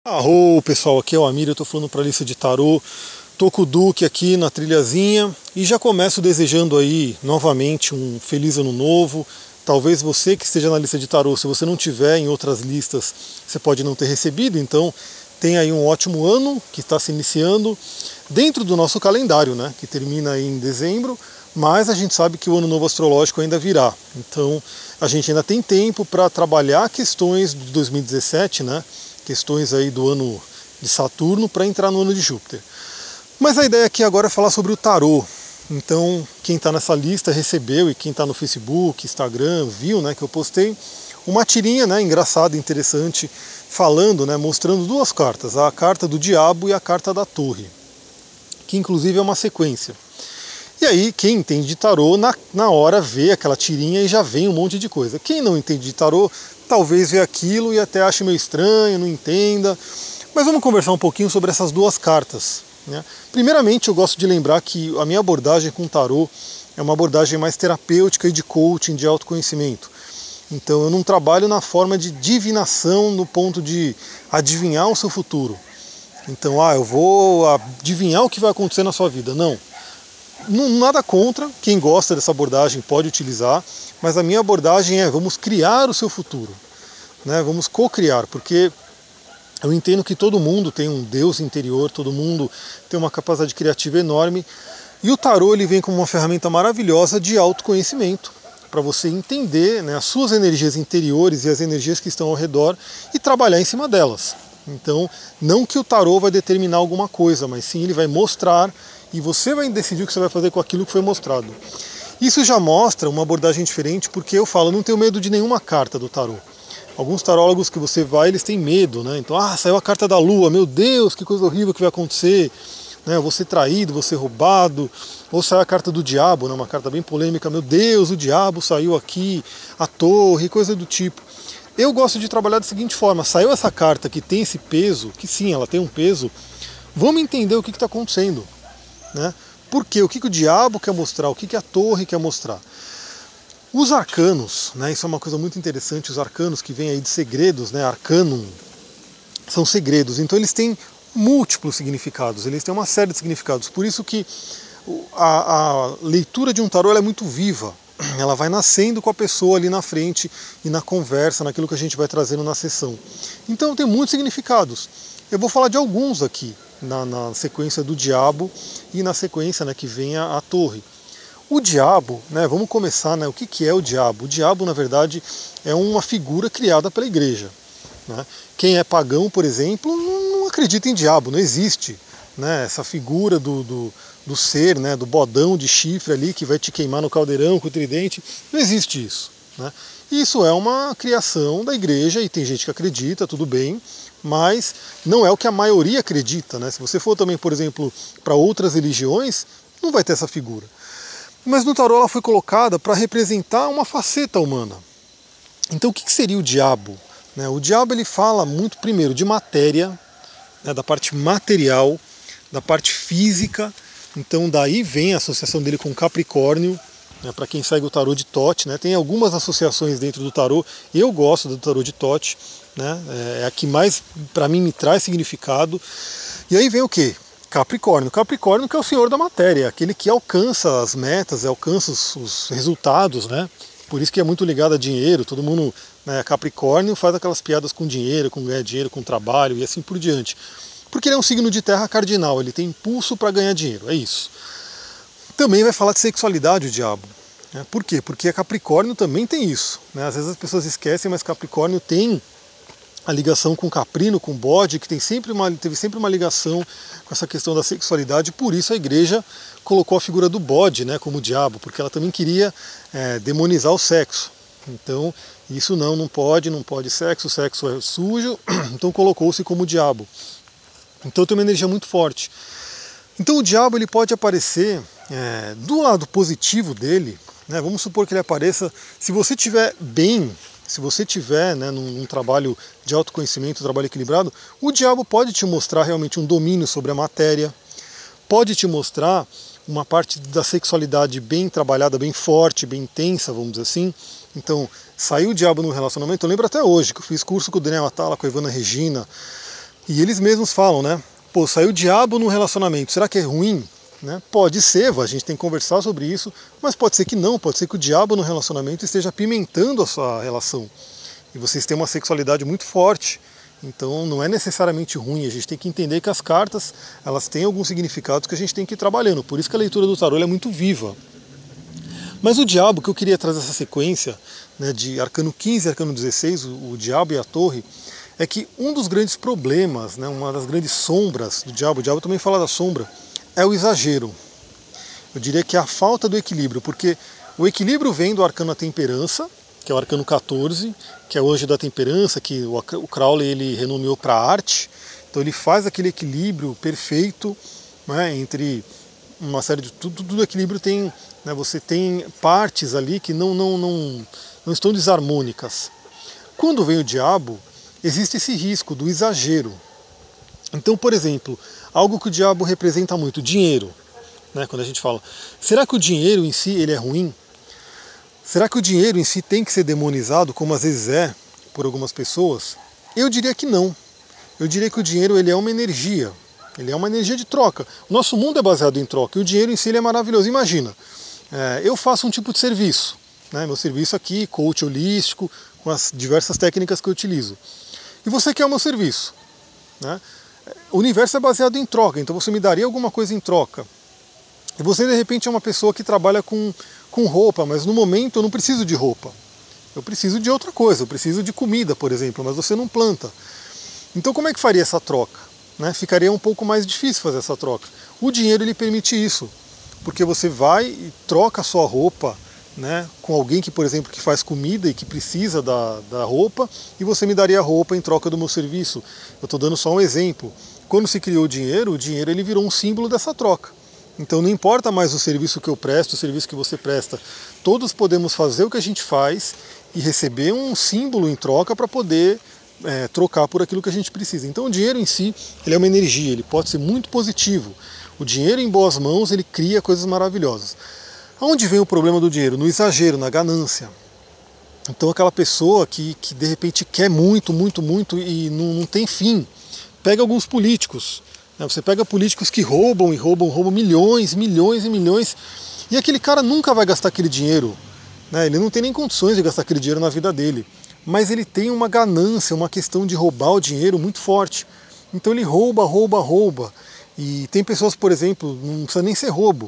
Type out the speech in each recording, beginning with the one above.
Arro, pessoal, aqui é o Amir, eu tô falando para a lista de tarô. Tô com o Duque aqui na trilhazinha e já começo desejando aí novamente um feliz ano novo. Talvez você que esteja na lista de tarô, se você não tiver em outras listas, você pode não ter recebido, então tem aí um ótimo ano que está se iniciando dentro do nosso calendário, né, que termina aí em dezembro, mas a gente sabe que o ano novo astrológico ainda virá. Então a gente ainda tem tempo para trabalhar questões de 2017, né? Questões aí do ano de Saturno para entrar no ano de Júpiter. Mas a ideia aqui agora é falar sobre o tarô. Então, quem está nessa lista recebeu, e quem está no Facebook, Instagram, viu, né, que eu postei uma tirinha, né, engraçada, interessante, falando, né, mostrando duas cartas, a carta do diabo e a carta da torre, que inclusive é uma sequência. E aí, quem entende de tarô, na hora vê aquela tirinha e já vem um monte de coisa. Quem não entende de tarô, talvez vê aquilo e até ache meio estranho, não entenda. Mas vamos conversar um pouquinho sobre essas duas cartas, né? Primeiramente, eu gosto de lembrar que a minha abordagem com tarô é uma abordagem mais terapêutica e de coaching, de autoconhecimento. Então eu não trabalho na forma de divinação no ponto de adivinhar o seu futuro. Então, eu vou adivinhar o que vai acontecer na sua vida. Não. Nada contra, quem gosta dessa abordagem pode utilizar, mas a minha abordagem é: vamos criar o seu futuro, né? Vamos co-criar, porque eu entendo que todo mundo tem um Deus interior, todo mundo tem uma capacidade criativa enorme, e o tarô ele vem como uma ferramenta maravilhosa de autoconhecimento, para você entender, né, as suas energias interiores e as energias que estão ao redor e trabalhar em cima delas. Então, não que o tarô vai determinar alguma coisa, mas sim ele vai mostrar e você vai decidir o que você vai fazer com aquilo que foi mostrado. Isso já mostra uma abordagem diferente, porque eu falo, não tenho medo de nenhuma carta do tarô. Alguns tarólogos que você vai, eles têm medo, né? Então, saiu a carta da lua, meu Deus, que coisa horrível que vai acontecer, né? Vou ser traído, vou ser roubado. Ou saiu a carta do diabo, né? Uma carta bem polêmica, meu Deus, o diabo saiu aqui, a torre, coisa do tipo. Eu gosto de trabalhar da seguinte forma: saiu essa carta que tem esse peso, que sim, ela tem um peso, vamos entender o que está acontecendo, né? Por quê? O que o diabo quer mostrar? O que a torre quer mostrar? Os arcanos, né, isso é uma coisa muito interessante, os arcanos que vêm aí de segredos, né, arcanum, são segredos, então eles têm múltiplos significados, eles têm uma série de significados, por isso que a leitura de um tarô ela é muito viva, ela vai nascendo com a pessoa ali na frente e na conversa, naquilo que a gente vai trazendo na sessão. Então tem muitos significados, eu vou falar de alguns aqui, na sequência do diabo e na sequência, né, que vem a torre. O diabo, né, vamos começar, né, o que é o diabo? O diabo, na verdade, é uma figura criada pela igreja. Né? Quem é pagão, por exemplo, não acredita em diabo, não existe, né, essa figura do ser, né, do bodão de chifre ali que vai te queimar no caldeirão com o tridente, não existe isso. Né? Isso é uma criação da igreja e tem gente que acredita, tudo bem, mas não é o que a maioria acredita. Né? Se você for também, por exemplo, para outras religiões, não vai ter essa figura. Mas no tarô ela foi colocada para representar uma faceta humana. Então o que seria o diabo? O diabo ele fala muito primeiro de matéria, né, da parte material, da parte física. Então daí vem a associação dele com Capricórnio, né, para quem segue o tarô de Thoth. Né, tem algumas associações dentro do tarô. Eu gosto do tarô de Thoth, né, é a que mais para mim me traz significado. E aí vem o quê? Capricórnio. Capricórnio que é o senhor da matéria, aquele que alcança as metas, alcança os resultados, né? Por isso que é muito ligado a dinheiro, todo mundo, né, Capricórnio faz aquelas piadas com dinheiro, com ganhar dinheiro, com trabalho e assim por diante. Porque ele é um signo de terra cardinal, ele tem impulso para ganhar dinheiro, é isso. Também vai falar de sexualidade o diabo. Né? Por quê? Porque a Capricórnio também tem isso. Né? Às vezes as pessoas esquecem, mas Capricórnio tem a ligação com Caprino, com Bode, que teve sempre uma ligação com essa questão da sexualidade, por isso a igreja colocou a figura do bode, né, como diabo, porque ela também queria demonizar o sexo. Então, isso não pode sexo é sujo, então colocou-se como diabo. Então tem uma energia muito forte. Então o diabo ele pode aparecer do lado positivo dele, né, vamos supor que ele apareça, se você estiver bem, se você estiver, né, num trabalho de autoconhecimento, um trabalho equilibrado, o diabo pode te mostrar realmente um domínio sobre a matéria, pode te mostrar uma parte da sexualidade bem trabalhada, bem forte, bem intensa, vamos dizer assim. Então, saiu o diabo no relacionamento, eu lembro até hoje, que eu fiz curso com o Daniel Atala, com a Ivana Regina, E eles mesmos falam, né? Pô, saiu o diabo no relacionamento, será que é ruim? Né? Pode ser, a gente tem que conversar sobre isso, mas pode ser que não, pode ser que o diabo no relacionamento esteja apimentando a sua relação. E vocês têm uma sexualidade muito forte, então não é necessariamente ruim, a gente tem que entender que as cartas, elas têm alguns significados que a gente tem que ir trabalhando, por isso que a leitura do tarô é muito viva. Mas o diabo, que eu queria trazer essa sequência, né, de arcano 15 e arcano 16, o diabo e a torre, é que um dos grandes problemas, né, uma das grandes sombras do diabo, o diabo também fala da sombra, é o exagero. Eu diria que é a falta do equilíbrio, porque o equilíbrio vem do arcano da temperança, que é o arcano 14, que é o anjo da temperança, que o Crowley ele renomeou para a arte, então ele faz aquele equilíbrio perfeito, né, entre uma série de tudo equilíbrio tem, né, você tem partes ali que não estão desarmônicas. Quando vem o diabo, existe esse risco do exagero. Então, por exemplo, algo que o diabo representa muito, dinheiro, né, quando a gente fala, será que o dinheiro em si ele é ruim? Será que o dinheiro em si tem que ser demonizado, como às vezes é por algumas pessoas? Eu diria que não. Eu diria que o dinheiro ele é uma energia. Ele é uma energia de troca. O nosso mundo é baseado em troca e o dinheiro em si ele é maravilhoso. Imagina, eu faço um tipo de serviço, né, meu serviço aqui, coach holístico, com as diversas técnicas que eu utilizo. E você quer o meu serviço. Né? O universo é baseado em troca, então você me daria alguma coisa em troca. E você de repente é uma pessoa que trabalha com roupa, mas no momento eu não preciso de roupa. Eu preciso de outra coisa, eu preciso de comida, por exemplo, mas você não planta. Então como é que faria essa troca? Né? Ficaria um pouco mais difícil fazer essa troca. O dinheiro ele permite isso, porque você vai e troca a sua roupa, né, com alguém que, por exemplo, que faz comida e que precisa da roupa, e você me daria a roupa em troca do meu serviço. Eu estou dando só um exemplo. Quando se criou o dinheiro ele virou um símbolo dessa troca. Então não importa mais o serviço que eu presto, o serviço que você presta. Todos podemos fazer o que a gente faz e receber um símbolo em troca para poder trocar por aquilo que a gente precisa. Então o dinheiro em si ele é uma energia, ele pode ser muito positivo. O dinheiro em boas mãos ele cria coisas maravilhosas. Onde vem o problema do dinheiro? No exagero, na ganância. Então aquela pessoa que de repente quer muito, muito, muito e não tem fim. Pega alguns políticos. Né? Você pega políticos que roubam e roubam, roubam milhões, milhões e milhões. E aquele cara nunca vai gastar aquele dinheiro. Né? Ele não tem nem condições de gastar aquele dinheiro na vida dele. Mas ele tem uma ganância, uma questão de roubar o dinheiro muito forte. Então ele rouba, rouba, rouba. E tem pessoas, por exemplo, não precisa nem ser roubo,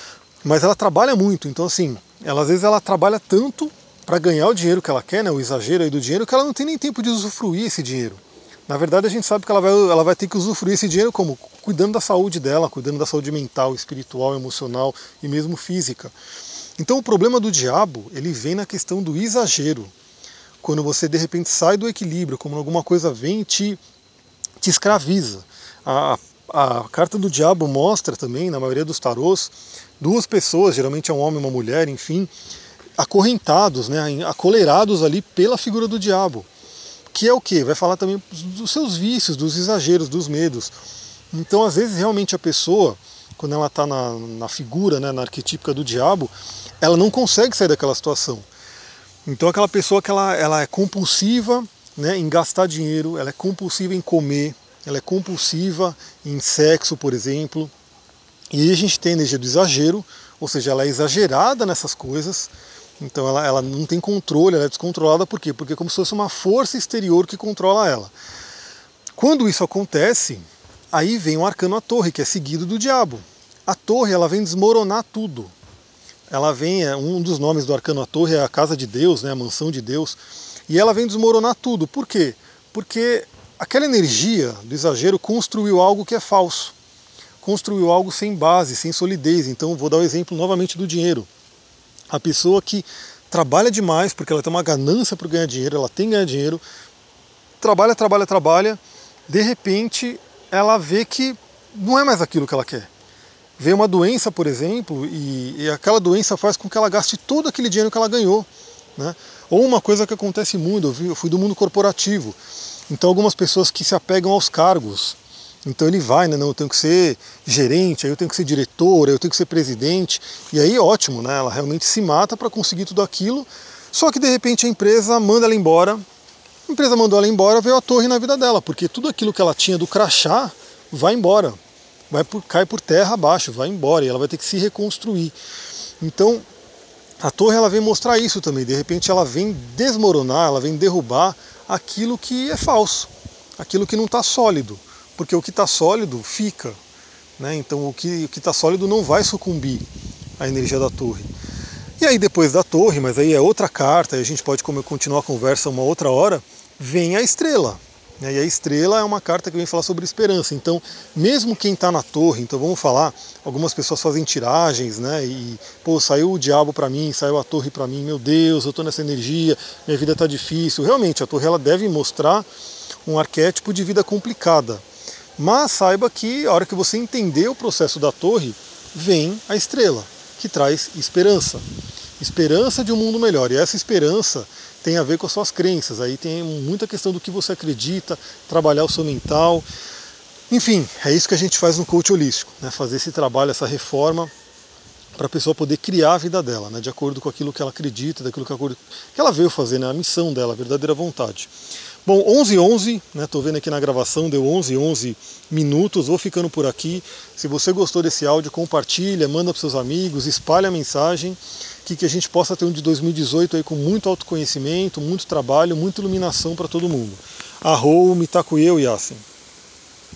mas ela trabalha muito, então assim, às vezes ela trabalha tanto para ganhar o dinheiro que ela quer, né, o exagero aí do dinheiro, que ela não tem nem tempo de usufruir esse dinheiro. Na verdade a gente sabe que ela vai ter que usufruir esse dinheiro como? Cuidando da saúde dela, cuidando da saúde mental, espiritual, emocional e mesmo física. Então o problema do diabo, ele vem na questão do exagero. Quando você de repente sai do equilíbrio, como alguma coisa vem e te escraviza. A, a carta do diabo mostra também, na maioria dos tarôs, duas pessoas, geralmente é um homem e uma mulher, enfim, acorrentados, né, acolerados ali pela figura do diabo. Que é o quê? Vai falar também dos seus vícios, dos exageros, dos medos. Então, às vezes, realmente a pessoa, quando ela está na figura, né, na arquetípica do diabo, ela não consegue sair daquela situação. Então, aquela pessoa que ela é compulsiva, né, em gastar dinheiro, ela é compulsiva em comer, ela é compulsiva em sexo, por exemplo. E aí a gente tem a energia do exagero, ou seja, ela é exagerada nessas coisas, então ela não tem controle, ela é descontrolada, por quê? Porque é como se fosse uma força exterior que controla ela. Quando isso acontece, aí vem o arcano a torre, que é seguido do diabo. A torre ela vem desmoronar tudo. Ela vem, um dos nomes do arcano a torre é a casa de Deus, né, a mansão de Deus, e ela vem desmoronar tudo. Por quê? Porque aquela energia do exagero construiu algo que é falso. Construiu algo sem base, sem solidez. Então vou dar o exemplo novamente do dinheiro. A pessoa que trabalha demais porque ela tem uma ganância por ganhar dinheiro, ela tem que ganhar dinheiro, trabalha, trabalha, trabalha, de repente ela vê que não é mais aquilo que ela quer. Vem uma doença, por exemplo, e aquela doença faz com que ela gaste todo aquele dinheiro que ela ganhou. Né? Ou uma coisa que acontece muito, eu fui do mundo corporativo, então algumas pessoas que se apegam aos cargos. Então ele vai, né? Não, eu tenho que ser gerente, aí eu tenho que ser diretor, aí eu tenho que ser presidente. E aí ótimo, né? Ela realmente se mata para conseguir tudo aquilo. Só que de repente a empresa manda ela embora A empresa mandou ela embora, veio a torre na vida dela, porque tudo aquilo que ela tinha do crachá vai embora, cai por terra abaixo, vai embora, e ela vai ter que se reconstruir. Então, a torre ela vem mostrar isso também, de repente ela vem desmoronar, ela vem derrubar aquilo que é falso, aquilo que não está sólido, porque o que está sólido fica, né? Então o que está sólido não vai sucumbir à energia da torre. E aí depois da torre, mas aí é outra carta, e a gente pode continuar a conversa uma outra hora, vem a estrela. E a estrela é uma carta que vem falar sobre esperança. Então, mesmo quem está na torre, então vamos falar, algumas pessoas fazem tiragens, né? E, pô, saiu o diabo para mim, saiu a torre para mim, meu Deus, eu estou nessa energia, minha vida está difícil. Realmente, a torre ela deve mostrar um arquétipo de vida complicada. Mas saiba que a hora que você entender o processo da torre, vem a estrela, que traz esperança. Esperança de um mundo melhor. E essa esperança tem a ver com as suas crenças. Aí tem muita questão do que você acredita, trabalhar o seu mental. Enfim, é isso que a gente faz no coach holístico, né? Fazer esse trabalho, essa reforma, para a pessoa poder criar a vida dela, né? De acordo com aquilo que ela acredita, daquilo que ela veio fazer, né? A missão dela, a verdadeira vontade. Bom, 11h11, né? Tô vendo aqui na gravação, deu 11h11 minutos, vou ficando por aqui. Se você gostou desse áudio, compartilha, manda para seus amigos, espalha a mensagem, que a gente possa ter um de 2018 aí com muito autoconhecimento, muito trabalho, muita iluminação para todo mundo. Arrou, Mitakuye, Yasin.